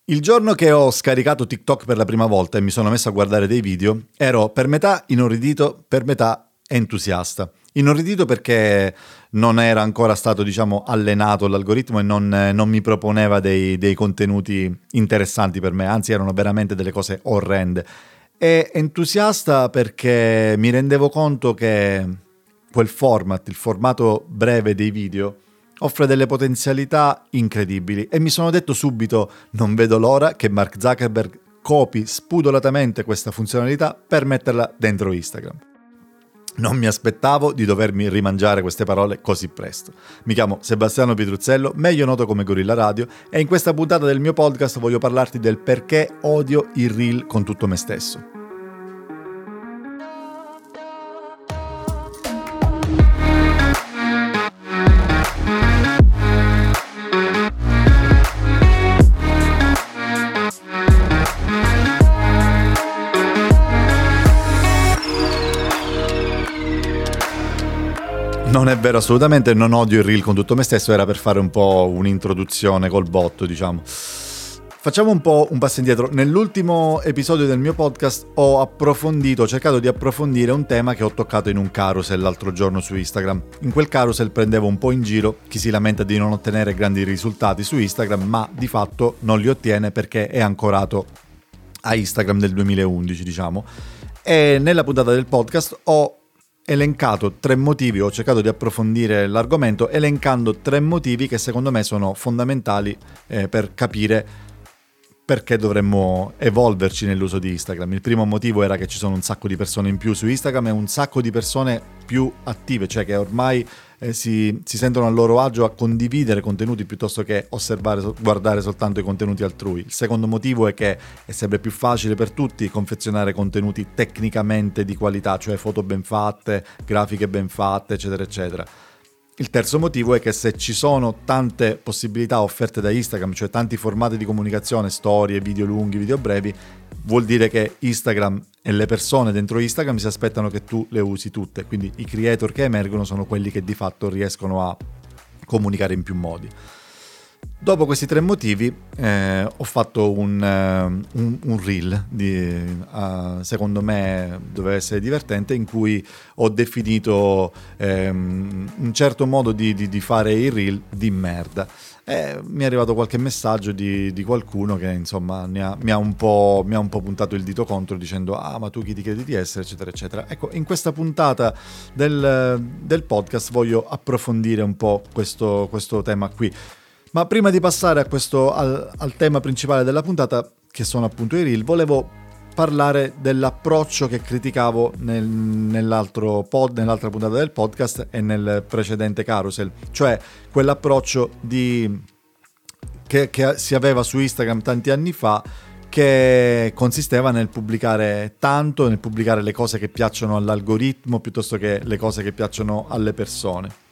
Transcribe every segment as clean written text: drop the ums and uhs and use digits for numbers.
Il giorno che ho scaricato TikTok per la prima volta e mi sono messo a guardare dei video, ero per metà inorridito, per metà entusiasta. Inorridito perché non era ancora stato, allenato l'algoritmo e non mi proponeva dei contenuti interessanti per me, anzi erano veramente delle cose orrende. E entusiasta perché mi rendevo conto che quel format, il formato breve dei video, offre delle potenzialità incredibili e mi sono detto subito: non vedo l'ora che Mark Zuckerberg copi spudoratamente questa funzionalità per metterla dentro Instagram. Non mi aspettavo di dovermi rimangiare queste parole così presto. Mi chiamo Sebastiano Pitruzzello, meglio noto come Gorilla Radio, e in questa puntata del mio podcast voglio parlarti del perché odio il Reel con tutto me stesso. Non è vero assolutamente, non odio il Reel con tutto me stesso, era per fare un po' un'introduzione col botto, Facciamo un po' un passo indietro. Nell'ultimo episodio del mio podcast ho cercato di approfondire un tema che ho toccato in un carousel l'altro giorno su Instagram. In quel carousel prendevo un po' in giro chi si lamenta di non ottenere grandi risultati su Instagram, ma di fatto non li ottiene perché è ancorato a Instagram del 2011, E nella puntata del podcast ho elencato 3 motivi, ho cercato di approfondire l'argomento elencando 3 motivi che secondo me sono fondamentali per capire perché dovremmo evolverci nell'uso di Instagram. Il primo motivo era che ci sono un sacco di persone in più su Instagram e un sacco di persone più attive, cioè che ormai si sentono a loro agio a condividere contenuti piuttosto che guardare soltanto i contenuti altrui. Il secondo motivo è che è sempre più facile per tutti confezionare contenuti tecnicamente di qualità, cioè foto ben fatte, grafiche ben fatte, eccetera, eccetera. Il terzo motivo è che se ci sono tante possibilità offerte da Instagram, cioè tanti formati di comunicazione, storie, video lunghi, video brevi, vuol dire che Instagram e le persone dentro Instagram si aspettano che tu le usi tutte, quindi i creator che emergono sono quelli che di fatto riescono a comunicare in più modi. Dopo questi 3 motivi ho fatto un reel, secondo me doveva essere divertente, in cui ho definito un certo modo di fare il reel di merda. Mi è arrivato qualche messaggio di qualcuno che insomma mi ha un po' puntato il dito contro dicendo: ah, ma tu chi ti credi di essere, eccetera eccetera. Ecco, in questa puntata del podcast voglio approfondire un po' questo tema qui. Ma prima di passare al tema principale della puntata, che sono appunto i Reel, volevo parlare dell'approccio che criticavo nell'altra puntata del podcast e nel precedente carousel, cioè quell'approccio che si aveva su Instagram tanti anni fa, che consisteva nel pubblicare tanto, nel pubblicare le cose che piacciono all'algoritmo piuttosto che le cose che piacciono alle persone.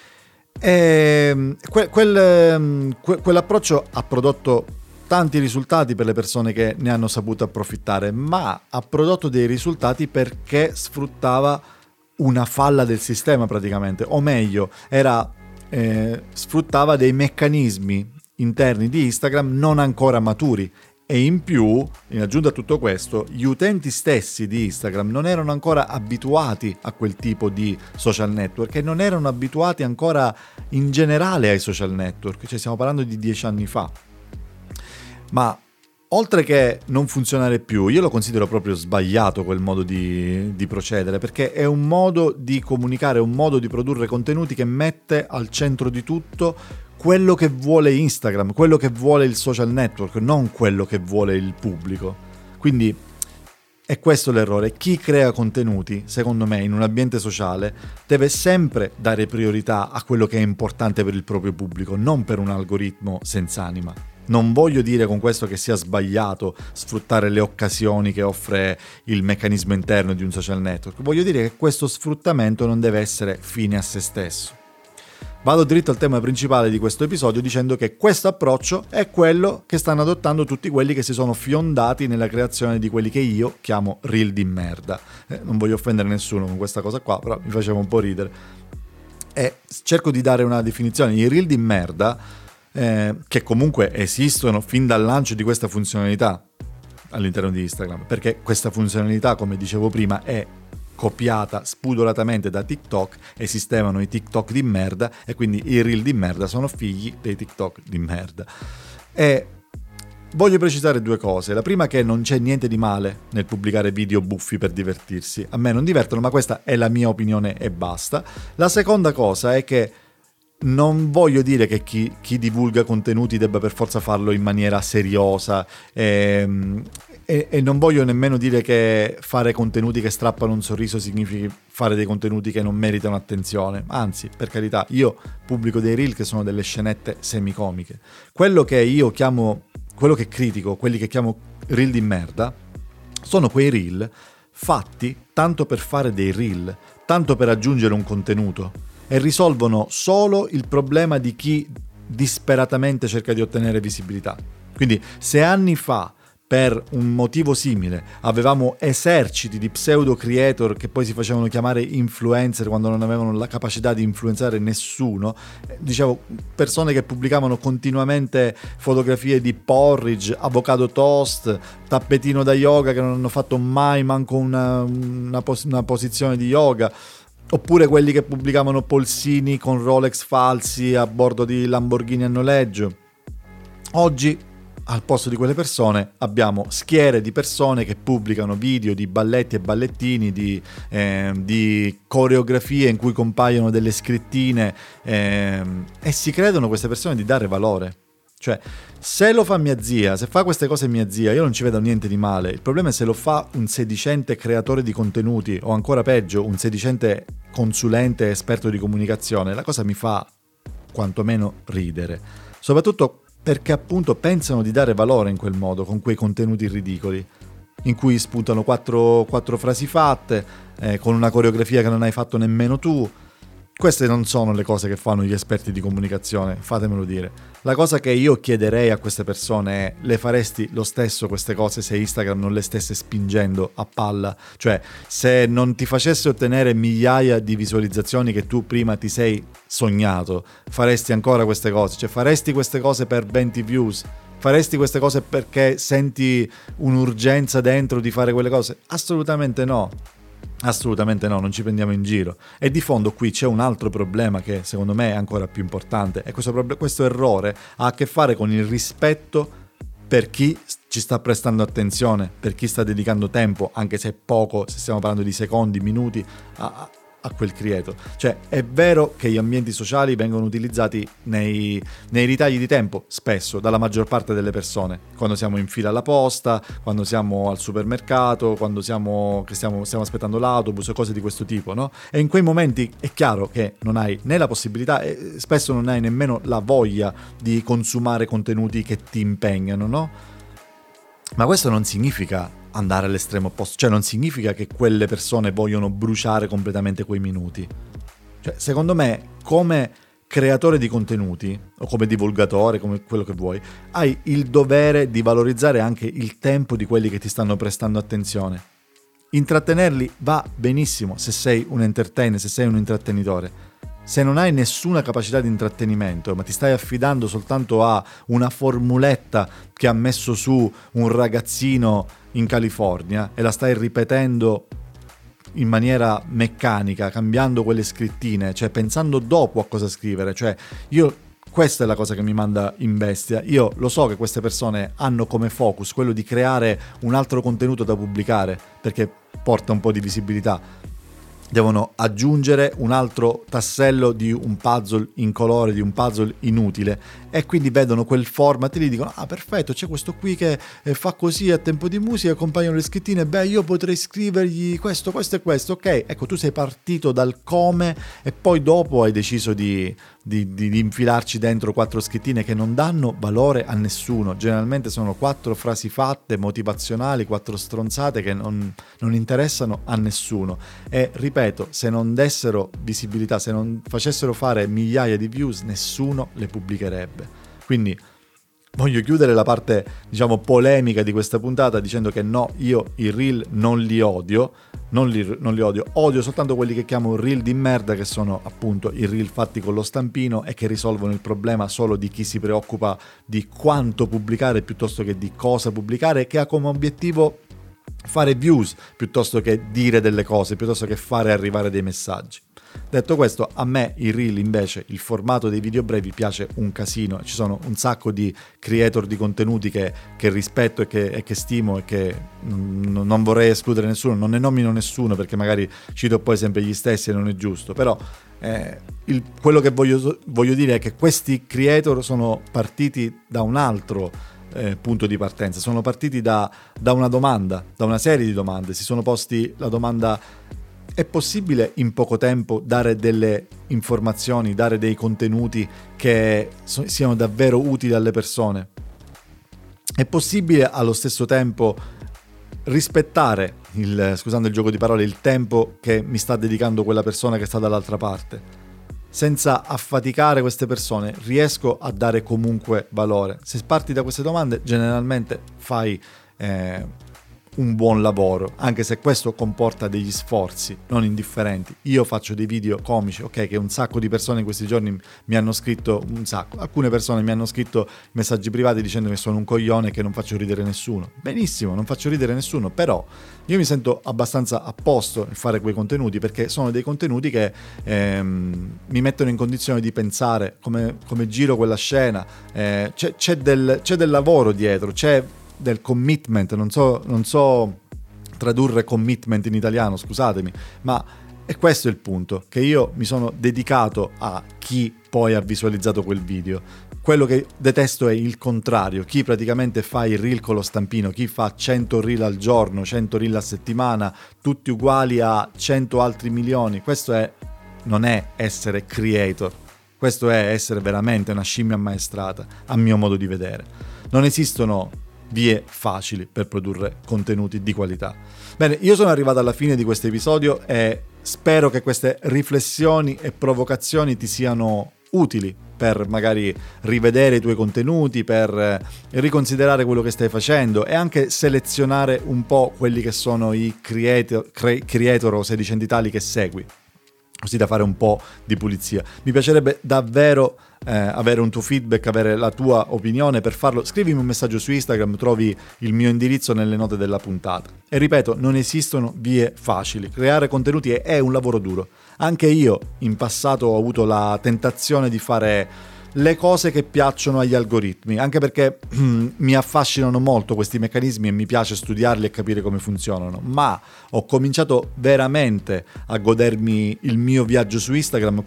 E quell'approccio ha prodotto tanti risultati per le persone che ne hanno saputo approfittare, ma ha prodotto dei risultati perché sfruttava una falla del sistema praticamente, o meglio, sfruttava dei meccanismi interni di Instagram non ancora maturi. E in più, in aggiunta a tutto questo, gli utenti stessi di Instagram non erano ancora abituati a quel tipo di social network e non erano abituati ancora in generale ai social network, cioè stiamo parlando di 10 anni fa. Ma oltre che non funzionare più, io lo considero proprio sbagliato quel modo di procedere, perché è un modo di comunicare, un modo di produrre contenuti che mette al centro di tutto quello che vuole Instagram, quello che vuole il social network, non quello che vuole il pubblico. Quindi è questo l'errore. Chi crea contenuti, secondo me, in un ambiente sociale, deve sempre dare priorità a quello che è importante per il proprio pubblico, non per un algoritmo senza anima. Non voglio dire con questo che sia sbagliato sfruttare le occasioni che offre il meccanismo interno di un social network. Voglio dire che questo sfruttamento non deve essere fine a se stesso. Vado dritto al tema principale di questo episodio dicendo che questo approccio è quello che stanno adottando tutti quelli che si sono fiondati nella creazione di quelli che io chiamo reel di merda. Non voglio offendere nessuno con questa cosa qua, però mi faceva un po' ridere. E cerco di dare una definizione. I reel di merda che comunque esistono fin dal lancio di questa funzionalità all'interno di Instagram, perché questa funzionalità, come dicevo prima, è copiata spudoratamente da TikTok. Esistevano i TikTok di merda e quindi i reel di merda sono figli dei TikTok di merda. E voglio precisare due cose. La prima, che non c'è niente di male nel pubblicare video buffi per divertirsi. A me non divertono, ma questa è la mia opinione e basta. La seconda cosa è che non voglio dire che chi divulga contenuti debba per forza farlo in maniera seriosa, e non voglio nemmeno dire che fare contenuti che strappano un sorriso significhi fare dei contenuti che non meritano attenzione. Anzi, per carità, io pubblico dei reel che sono delle scenette semicomiche. Quello che critico, quelli che chiamo reel di merda, sono quei reel fatti tanto per fare dei reel, tanto per aggiungere un contenuto, e risolvono solo il problema di chi disperatamente cerca di ottenere visibilità. Quindi se anni fa, per un motivo simile, avevamo eserciti di pseudo creator che poi si facevano chiamare influencer quando non avevano la capacità di influenzare nessuno, dicevo, persone che pubblicavano continuamente fotografie di porridge, avocado toast, tappetino da yoga che non hanno fatto mai manco una posizione di yoga, oppure quelli che pubblicavano polsini con Rolex falsi a bordo di Lamborghini a noleggio. Oggi, al posto di quelle persone, abbiamo schiere di persone che pubblicano video di balletti e ballettini, di coreografie in cui compaiono delle scrittine, e si credono, queste persone, di dare valore. Cioè, se lo fa mia zia, se fa queste cose mia zia, io non ci vedo niente di male. Il problema è se lo fa un sedicente creatore di contenuti, o ancora peggio, un sedicente consulente esperto di comunicazione. La cosa mi fa quantomeno ridere. Soprattutto perché appunto pensano di dare valore in quel modo, con quei contenuti ridicoli, in cui spuntano quattro frasi fatte, con una coreografia che non hai fatto nemmeno tu. Queste non sono le cose che fanno gli esperti di comunicazione, fatemelo dire. La cosa che io chiederei a queste persone è: le faresti lo stesso queste cose se Instagram non le stesse spingendo a palla? Cioè, se non ti facesse ottenere migliaia di visualizzazioni che tu prima ti sei sognato, faresti ancora queste cose? Cioè, faresti queste cose per 20 views? Faresti queste cose perché senti un'urgenza dentro di fare quelle cose? Assolutamente no. Assolutamente no, non ci prendiamo in giro. E di fondo qui c'è un altro problema che secondo me è ancora più importante, e questo errore ha a che fare con il rispetto per chi ci sta prestando attenzione, per chi sta dedicando tempo, anche se è poco, se stiamo parlando di secondi, minuti, a quel creator. Cioè, è vero che gli ambienti sociali vengono utilizzati nei ritagli di tempo, spesso, dalla maggior parte delle persone, quando siamo in fila alla posta, quando siamo al supermercato, quando stiamo aspettando l'autobus, cose di questo tipo, no? E in quei momenti è chiaro che non hai né la possibilità, e spesso non hai nemmeno la voglia di consumare contenuti che ti impegnano, no? Ma questo non significa andare all'estremo opposto, cioè non significa che quelle persone vogliono bruciare completamente quei minuti. Cioè, secondo me, come creatore di contenuti, o come divulgatore, come quello che vuoi, hai il dovere di valorizzare anche il tempo di quelli che ti stanno prestando attenzione. Intrattenerli va benissimo se sei un entertainer, se sei un intrattenitore. Se non hai nessuna capacità di intrattenimento, ma ti stai affidando soltanto a una formuletta che ha messo su un ragazzino in California e la stai ripetendo in maniera meccanica, cambiando quelle scrittine, cioè pensando dopo a cosa scrivere, cioè questa è la cosa che mi manda in bestia. Io lo so che queste persone hanno come focus quello di creare un altro contenuto da pubblicare, perché porta un po' di visibilità. Devono aggiungere un altro tassello di un puzzle incolore, di un puzzle inutile, e quindi vedono quel format e gli dicono: ah, perfetto, c'è questo qui che fa così a tempo di musica, compaiono le scrittine, beh, io potrei scrivergli questo e questo. Ok, ecco, tu sei partito dal come e poi dopo hai deciso di infilarci dentro 4 scrittine che non danno valore a nessuno. Generalmente sono 4 frasi fatte motivazionali, 4 stronzate che non interessano a nessuno. E ripeto, se non dessero visibilità, se non facessero fare migliaia di views, nessuno le pubblicherebbe. Quindi voglio chiudere la parte, diciamo, polemica di questa puntata dicendo che no, io i reel non li odio, non li odio soltanto quelli che chiamo reel di merda, che sono appunto i reel fatti con lo stampino e che risolvono il problema solo di chi si preoccupa di quanto pubblicare piuttosto che di cosa pubblicare, che ha come obiettivo fare views piuttosto che dire delle cose, piuttosto che fare arrivare dei messaggi. Detto questo, a me i reel invece, il formato dei video brevi piace un casino. Ci sono un sacco di creator di contenuti che rispetto e che stimo e che non vorrei escludere nessuno, non ne nomino nessuno perché magari cito poi sempre gli stessi e non è giusto, però quello che voglio dire è che questi creator sono partiti da un altro punto di partenza, sono partiti da una domanda, da una serie di domande, si sono posti la domanda: è possibile in poco tempo dare delle informazioni, dare dei contenuti che siano davvero utili alle persone? È possibile allo stesso tempo rispettare, scusando il gioco di parole, il tempo che mi sta dedicando quella persona che sta dall'altra parte? Senza affaticare queste persone riesco a dare comunque valore. Se parti da queste domande generalmente fai un buon lavoro, anche se questo comporta degli sforzi non indifferenti. Io faccio dei video comici, ok, che un sacco di persone in questi giorni mi hanno scritto, alcune persone mi hanno scritto messaggi privati dicendo che sono un coglione e che non faccio ridere nessuno. Benissimo, non faccio ridere nessuno, però io mi sento abbastanza a posto nel fare quei contenuti, perché sono dei contenuti che mi mettono in condizione di pensare come giro quella scena, c'è del lavoro dietro, c'è del commitment, non so tradurre commitment in italiano, scusatemi, ma è questo il punto, che io mi sono dedicato a chi poi ha visualizzato quel video. Quello che detesto è il contrario, chi praticamente fa il reel con lo stampino, chi fa 100 reel al giorno, 100 reel a settimana, tutti uguali a 100 altri milioni. Questo non è essere creator, questo è essere veramente una scimmia ammaestrata, a mio modo di vedere. Non esistono vie facili per produrre contenuti di qualità. Bene, io sono arrivato alla fine di questo episodio e spero che queste riflessioni e provocazioni ti siano utili per magari rivedere i tuoi contenuti, per riconsiderare quello che stai facendo e anche selezionare un po' quelli che sono i creator o sedicentitali che segui, così da fare un po' di pulizia. Mi piacerebbe davvero avere un tuo feedback, avere la tua opinione. Per farlo scrivimi un messaggio su Instagram, trovi il mio indirizzo nelle note della puntata. E ripeto, non esistono vie facili, creare contenuti è un lavoro duro. Anche io in passato ho avuto la tentazione di fare le cose che piacciono agli algoritmi, anche perché mi affascinano molto questi meccanismi e mi piace studiarli e capire come funzionano, ma ho cominciato veramente a godermi il mio viaggio su Instagram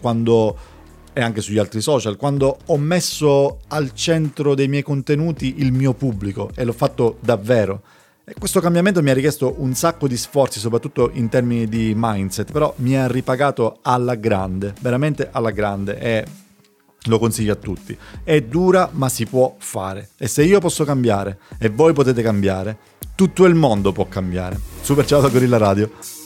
e anche sugli altri social, quando ho messo al centro dei miei contenuti il mio pubblico, e l'ho fatto davvero. E questo cambiamento mi ha richiesto un sacco di sforzi, soprattutto in termini di mindset, però mi ha ripagato alla grande, veramente alla grande, e lo consiglio a tutti. È dura, ma si può fare. E se io posso cambiare e voi potete cambiare, tutto il mondo può cambiare. Super ciao da Gorilla Radio.